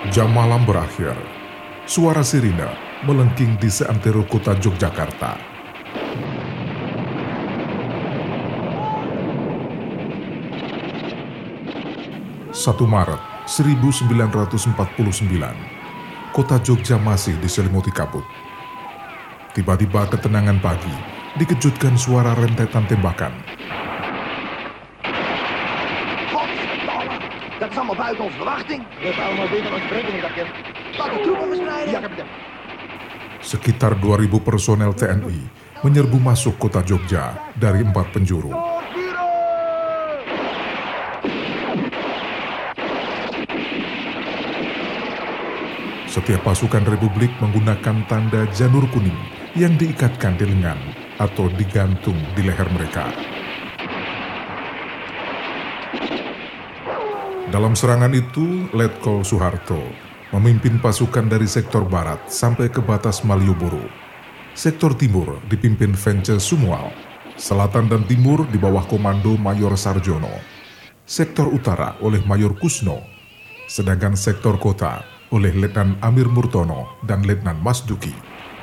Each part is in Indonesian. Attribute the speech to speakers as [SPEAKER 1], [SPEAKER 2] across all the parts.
[SPEAKER 1] Jam malam berakhir. Suara sirine melengking di seantero kota Yogyakarta. Satu Maret 1949, kota Jogja masih diselimuti kabut. Tiba-tiba ketenangan pagi dikejutkan suara rentetan tembakan.
[SPEAKER 2] Dat is allemaal buiten onze verwachting. Dat is allemaal binnen onze berekening, kapitein. Laat de troepen bestrijden. Ja, kapitein.
[SPEAKER 1] Sekitar 2000 personel TNI menyerbu masuk kota Jogja dari 4 penjuru. Setiap pasukan Republik menggunakan tanda janur kuning yang diikatkan di lengan atau digantung di leher mereka. Dalam serangan itu, Letkol Soeharto memimpin pasukan dari sektor barat sampai ke batas Malioboro. Sektor timur dipimpin Vence Sumual, selatan dan timur di bawah komando Mayor Sarjono, sektor utara oleh Mayor Kusno, sedangkan sektor kota oleh Letnan Amir Murtono dan Letnan Masduki.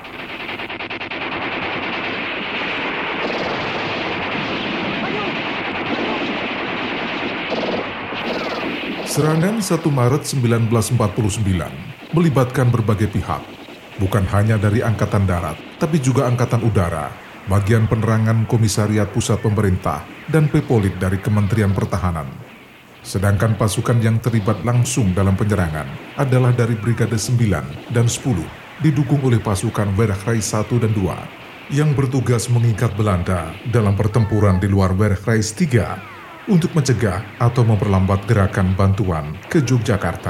[SPEAKER 1] Serangan 1 Maret 1949 melibatkan berbagai pihak, bukan hanya dari Angkatan Darat, tapi juga Angkatan Udara, bagian penerangan Komisariat Pusat Pemerintah, dan Pepolit dari Kementerian Pertahanan. Sedangkan pasukan yang terlibat langsung dalam penyerangan adalah dari Brigade 9 dan 10, didukung oleh pasukan Werchreis 1 dan 2, yang bertugas mengikat Belanda dalam pertempuran di luar Werchreis 3, untuk mencegah atau memperlambat gerakan bantuan ke Yogyakarta.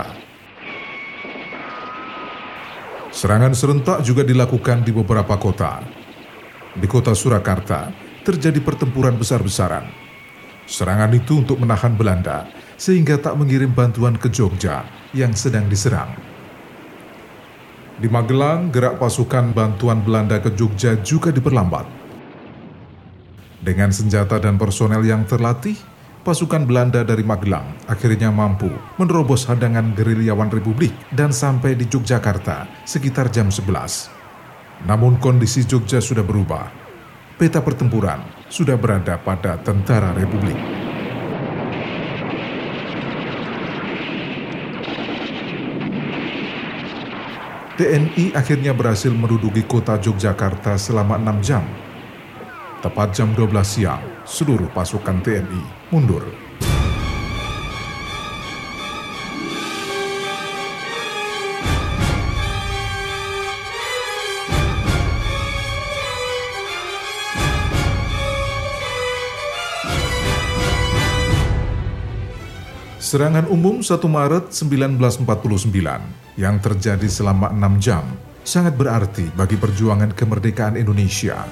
[SPEAKER 1] Serangan serentak juga dilakukan di beberapa kota. Di kota Surakarta terjadi pertempuran besar-besaran. Serangan itu untuk menahan Belanda sehingga tak mengirim bantuan ke Jogja yang sedang diserang. Di Magelang, gerak pasukan bantuan Belanda ke Jogja juga diperlambat. Dengan senjata dan personel yang terlatih, pasukan Belanda dari Magelang akhirnya mampu menerobos hadangan gerilyawan Republik dan sampai di Yogyakarta sekitar jam 11. Namun kondisi Jogja sudah berubah. Peta pertempuran sudah berada pada tentara Republik. TNI akhirnya berhasil menduduki kota Yogyakarta selama 6 jam. Tepat jam 12 siang, seluruh pasukan TNI mundur. Serangan umum 1 Maret 1949 yang terjadi selama 6 jam sangat berarti bagi perjuangan kemerdekaan Indonesia.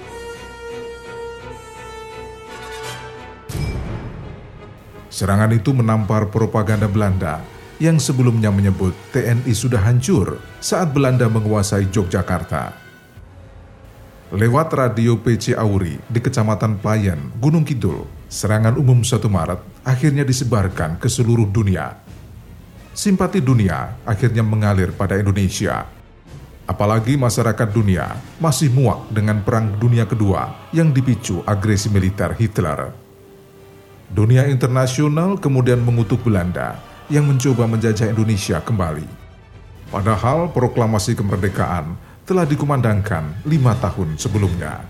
[SPEAKER 1] Serangan itu menampar propaganda Belanda yang sebelumnya menyebut TNI sudah hancur saat Belanda menguasai Yogyakarta. Lewat radio PC Auri di Kecamatan Payen, Gunung Kidul, serangan umum 1 Maret akhirnya disebarkan ke seluruh dunia. Simpati dunia akhirnya mengalir pada Indonesia. Apalagi masyarakat dunia masih muak dengan Perang Dunia Kedua yang dipicu agresi militer Hitler. Dunia internasional kemudian mengutuk Belanda yang mencoba menjajah Indonesia kembali. Padahal proklamasi kemerdekaan telah dikumandangkan 5 tahun sebelumnya.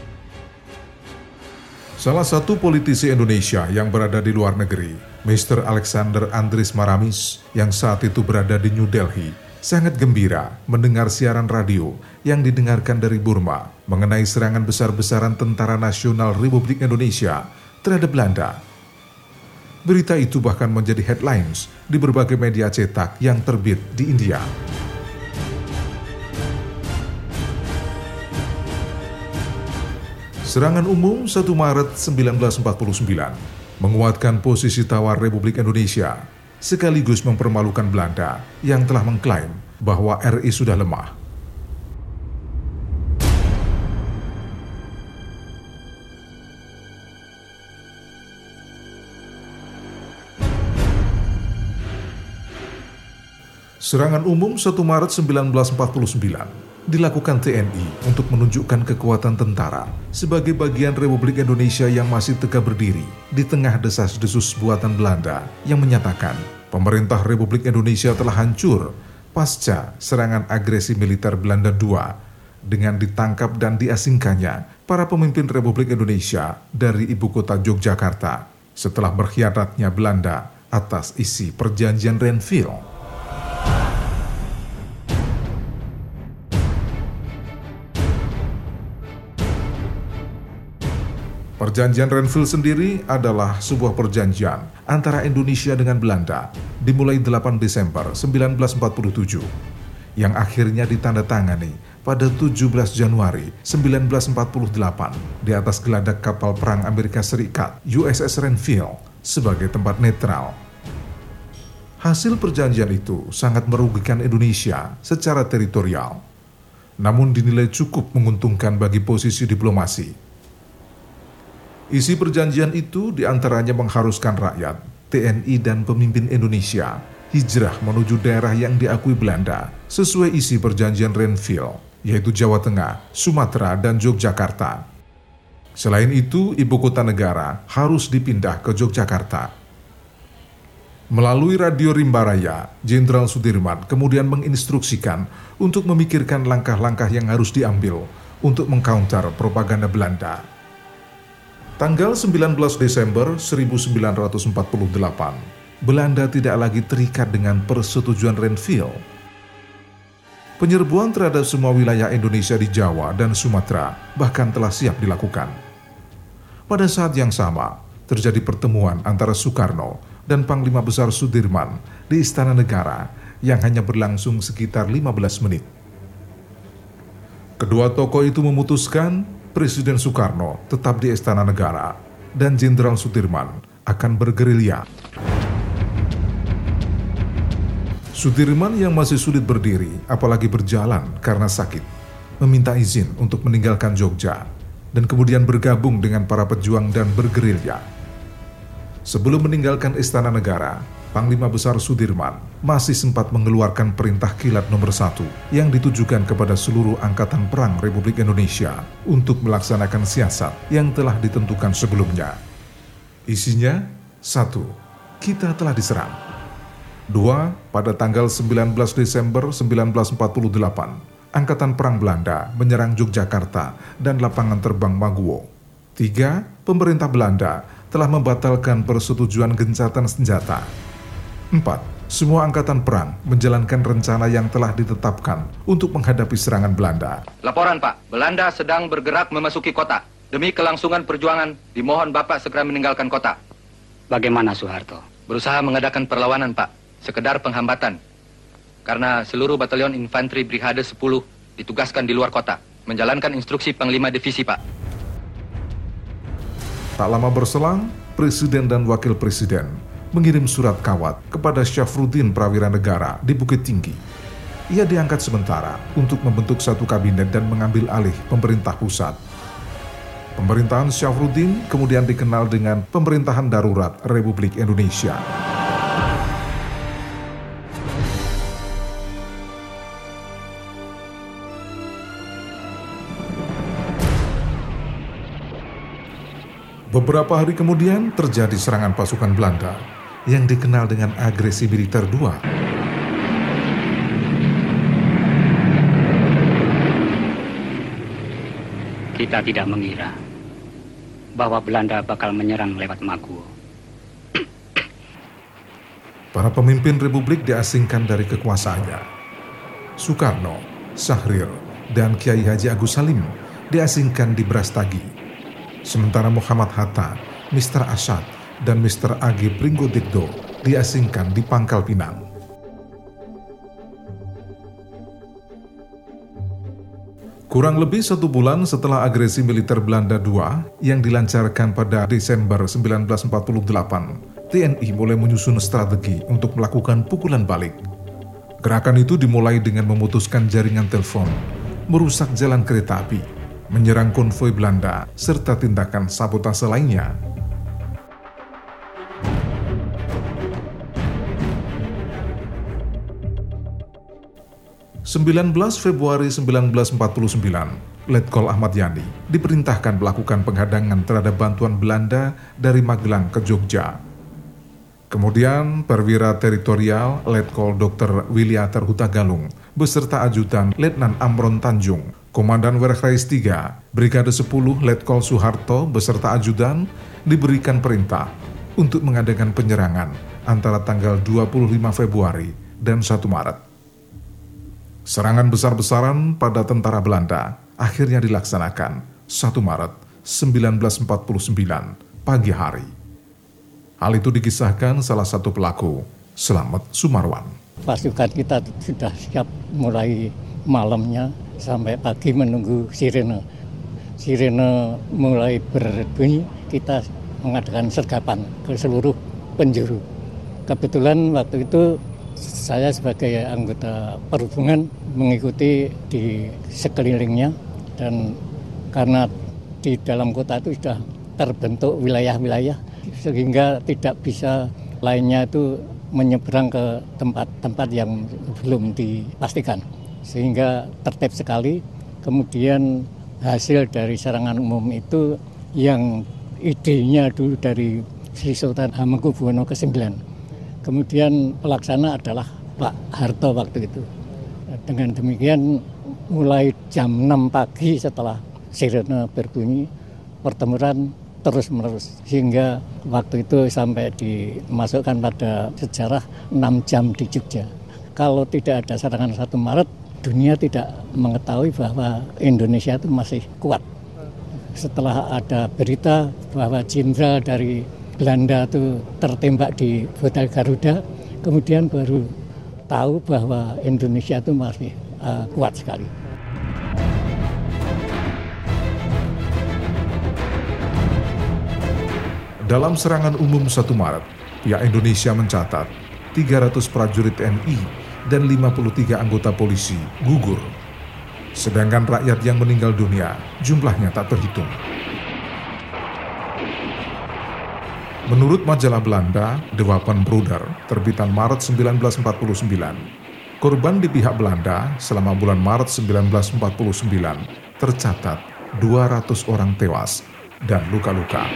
[SPEAKER 1] Salah satu politisi Indonesia yang berada di luar negeri, Mr. Alexander Andries Maramis, yang saat itu berada di New Delhi, sangat gembira mendengar siaran radio yang didengarkan dari Burma mengenai serangan besar-besaran Tentara Nasional Republik Indonesia terhadap Belanda. Berita itu bahkan menjadi headlines di berbagai media cetak yang terbit di India. Serangan umum 1 Maret 1949 menguatkan posisi tawar Republik Indonesia, sekaligus mempermalukan Belanda yang telah mengklaim bahwa RI sudah lemah. Serangan umum 1 Maret 1949 dilakukan TNI untuk menunjukkan kekuatan tentara sebagai bagian Republik Indonesia yang masih tegak berdiri di tengah desas-desus buatan Belanda yang menyatakan pemerintah Republik Indonesia telah hancur pasca serangan agresi militer Belanda II dengan ditangkap dan diasingkannya para pemimpin Republik Indonesia dari ibu kota Yogyakarta setelah berkhianatnya Belanda atas isi Perjanjian Renville. Perjanjian Renville sendiri adalah sebuah perjanjian antara Indonesia dengan Belanda dimulai 8 Desember 1947 yang akhirnya ditandatangani pada 17 Januari 1948 di atas geladak kapal perang Amerika Serikat USS Renville sebagai tempat netral. Hasil perjanjian itu sangat merugikan Indonesia secara teritorial, namun dinilai cukup menguntungkan bagi posisi diplomasi. Isi perjanjian itu diantaranya mengharuskan rakyat, TNI dan pemimpin Indonesia hijrah menuju daerah yang diakui Belanda sesuai isi perjanjian Renville, yaitu Jawa Tengah, Sumatera, dan Yogyakarta. Selain itu, ibu kota negara harus dipindah ke Yogyakarta. Melalui radio Rimba-Raya, Jenderal Sudirman kemudian menginstruksikan untuk memikirkan langkah-langkah yang harus diambil untuk mengcounter propaganda Belanda. Tanggal 19 Desember 1948, Belanda tidak lagi terikat dengan persetujuan Renville. Penyerbuan terhadap semua wilayah Indonesia di Jawa dan Sumatera bahkan telah siap dilakukan. Pada saat yang sama, terjadi pertemuan antara Soekarno dan Panglima Besar Sudirman di Istana Negara yang hanya berlangsung sekitar 15 menit. Kedua tokoh itu memutuskan Presiden Soekarno tetap di Istana Negara dan Jenderal Sudirman akan bergerilya. Sudirman yang masih sulit berdiri, apalagi berjalan karena sakit, meminta izin untuk meninggalkan Jogja dan kemudian bergabung dengan para pejuang dan bergerilya. Sebelum meninggalkan Istana Negara, Panglima Besar Sudirman masih sempat mengeluarkan perintah kilat nomor 1 yang ditujukan kepada seluruh Angkatan Perang Republik Indonesia untuk melaksanakan siasat yang telah ditentukan sebelumnya. Isinya, 1. Kita telah diserang. 2. Pada tanggal 19 Desember 1948, Angkatan Perang Belanda menyerang Yogyakarta dan lapangan terbang Maguwo. 3. Pemerintah Belanda telah membatalkan persetujuan gencatan senjata. 4. Semua angkatan perang menjalankan rencana yang telah ditetapkan untuk menghadapi serangan Belanda.
[SPEAKER 3] Laporan, Pak. Belanda sedang bergerak memasuki kota. Demi kelangsungan perjuangan, dimohon Bapak segera meninggalkan kota.
[SPEAKER 4] Bagaimana, Soeharto?
[SPEAKER 3] Berusaha mengadakan perlawanan, Pak. Sekedar penghambatan. Karena seluruh batalion infanteri Brigade 10 ditugaskan di luar kota, menjalankan instruksi Panglima Divisi, Pak.
[SPEAKER 1] Tak lama berselang, Presiden dan Wakil Presiden mengirim surat kawat kepada Syafruddin Prawira Negara di Bukit Tinggi. Ia diangkat sementara untuk membentuk satu kabinet dan mengambil alih pemerintah pusat. Pemerintahan Syafruddin kemudian dikenal dengan Pemerintahan Darurat Republik Indonesia. Beberapa hari kemudian terjadi serangan pasukan Belanda yang dikenal dengan agresi militer II.
[SPEAKER 4] Kita tidak mengira bahwa Belanda bakal menyerang lewat Maguwo.
[SPEAKER 1] Para pemimpin Republik diasingkan dari kekuasaannya. Soekarno, Syahrir, dan Kiai Haji Agus Salim diasingkan di Brastagi. Sementara Muhammad Hatta, Mr. Asad, dan Mr. A.G. Pringgodikdo diasingkan di Pangkal Pinang. Kurang lebih 1 bulan setelah agresi militer Belanda II yang dilancarkan pada Desember 1948, TNI mulai menyusun strategi untuk melakukan pukulan balik. Gerakan itu dimulai dengan memutuskan jaringan telepon, merusak jalan kereta api, menyerang konvoi Belanda, serta tindakan sabotase lainnya. 19 Februari 1949, Letkol Ahmad Yani diperintahkan melakukan penghadangan terhadap bantuan Belanda dari Magelang ke Jogja. Kemudian perwira teritorial Letkol Dr. Wiliater Hutagalung beserta ajudan Letnan Amron Tanjung, Komandan Werkreis 3, Brigade 10 Letkol Soeharto beserta ajudan diberikan perintah untuk mengadakan penyerangan antara tanggal 25 Februari dan 1 Maret. Serangan besar-besaran pada tentara Belanda akhirnya dilaksanakan 1 Maret 1949 pagi hari. Hal itu dikisahkan salah satu pelaku, Slamet Sumarwan.
[SPEAKER 5] Pasukan kita sudah siap mulai malamnya sampai pagi menunggu sirene. Sirene mulai berbunyi, kita mengadakan sergapan ke seluruh penjuru. Kebetulan waktu itu saya sebagai anggota perhubungan mengikuti di sekelilingnya, dan karena di dalam kota itu sudah terbentuk wilayah-wilayah sehingga tidak bisa lainnya itu menyeberang ke tempat-tempat yang belum dipastikan, sehingga tertib sekali. Kemudian hasil dari serangan umum itu yang idenya dulu dari Sri Sultan Hamengkubuwono ke-9. Kemudian pelaksana adalah Pak Harto waktu itu. Dengan demikian mulai jam 6 pagi setelah sirene berbunyi, pertempuran terus-menerus sehingga waktu itu sampai dimasukkan pada sejarah 6 jam di Jogja. Kalau tidak ada serangan 1 Maret, dunia tidak mengetahui bahwa Indonesia itu masih kuat. Setelah ada berita bahwa jenderal dari Belanda itu tertembak di Hotel Garuda, kemudian baru tahu bahwa Indonesia itu masih kuat sekali.
[SPEAKER 1] Dalam serangan umum 1 Maret, pihak Indonesia mencatat 300 prajurit TNI dan 53 anggota polisi gugur. Sedangkan rakyat yang meninggal dunia jumlahnya tak terhitung. Menurut majalah Belanda, De Wapenbroeder, terbitan Maret 1949, korban di pihak Belanda selama bulan Maret 1949 tercatat 200 orang tewas dan luka-luka.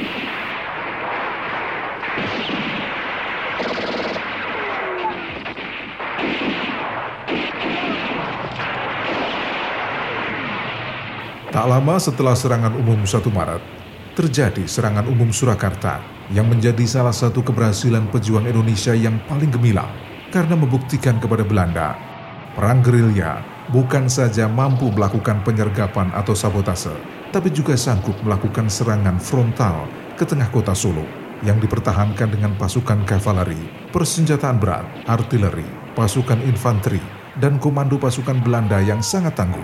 [SPEAKER 1] Tak lama setelah serangan umum 1 Maret, terjadi serangan umum Surakarta yang menjadi salah satu keberhasilan pejuang Indonesia yang paling gemilang karena membuktikan kepada Belanda, perang gerilya bukan saja mampu melakukan penyergapan atau sabotase, tapi juga sanggup melakukan serangan frontal ke tengah kota Solo yang dipertahankan dengan pasukan kavaleri, persenjataan berat, artileri, pasukan infanteri, dan komando pasukan Belanda yang sangat tangguh.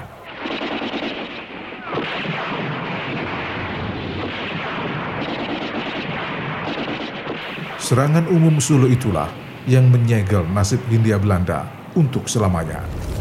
[SPEAKER 1] Serangan umum Solo itulah yang menyegel nasib Hindia Belanda untuk selamanya.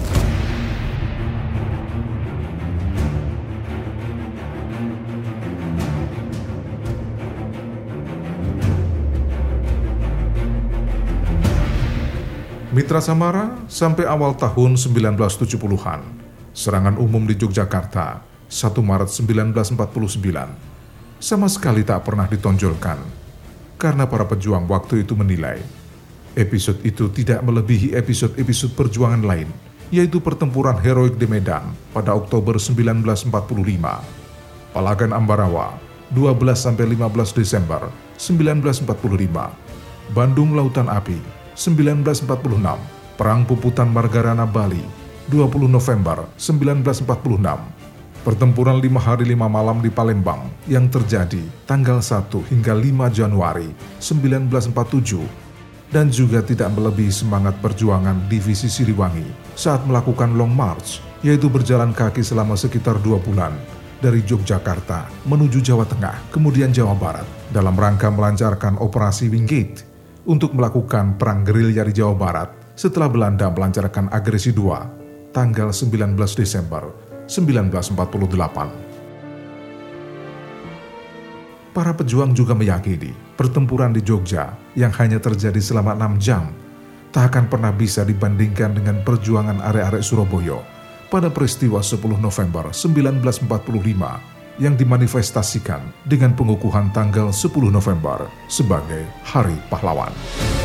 [SPEAKER 1] Mitra Samara, sampai awal tahun 1970-an, serangan umum di Yogyakarta, 1 Maret 1949, sama sekali tak pernah ditonjolkan. Karena para pejuang waktu itu menilai, episode itu tidak melebihi episode-episode perjuangan lain, yaitu pertempuran heroik di Medan pada Oktober 1945, Palagan Ambarawa 12-15 Desember 1945, Bandung Lautan Api 1946, Perang Puputan Margarana Bali 20 November 1946, pertempuran 5 hari 5 malam di Palembang yang terjadi tanggal 1 hingga 5 Januari 1947, dan juga tidak melebihi semangat perjuangan Divisi Siliwangi saat melakukan Long March, yaitu berjalan kaki selama sekitar 2 bulan dari Yogyakarta menuju Jawa Tengah, kemudian Jawa Barat, dalam rangka melancarkan Operasi Wingate untuk melakukan perang gerilya di Jawa Barat setelah Belanda melancarkan agresi 2 tanggal 19 Desember 1948. Para pejuang juga meyakini pertempuran di Jogja yang hanya terjadi selama 6 jam tak akan pernah bisa dibandingkan dengan perjuangan arek-arek Surabaya pada peristiwa 10 November 1945 yang dimanifestasikan dengan pengukuhan tanggal 10 November sebagai Hari Pahlawan.